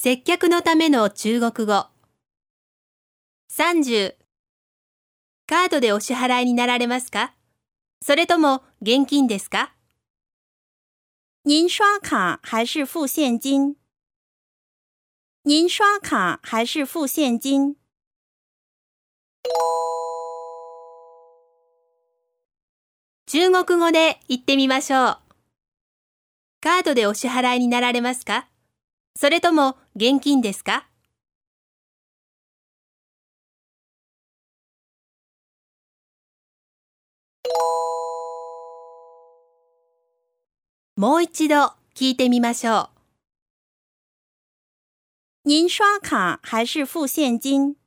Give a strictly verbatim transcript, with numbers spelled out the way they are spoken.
接客のための中国語。さんじゅう。カードでお支払いになられますか？それとも現金ですか？ 您刷卡还是付现金？您刷卡还是付现金？ 中国語で言ってみましょう。カードでお支払いになられますか？それとも現金ですか？もう一度聞いてみましょう。 您刷卡还是付现金？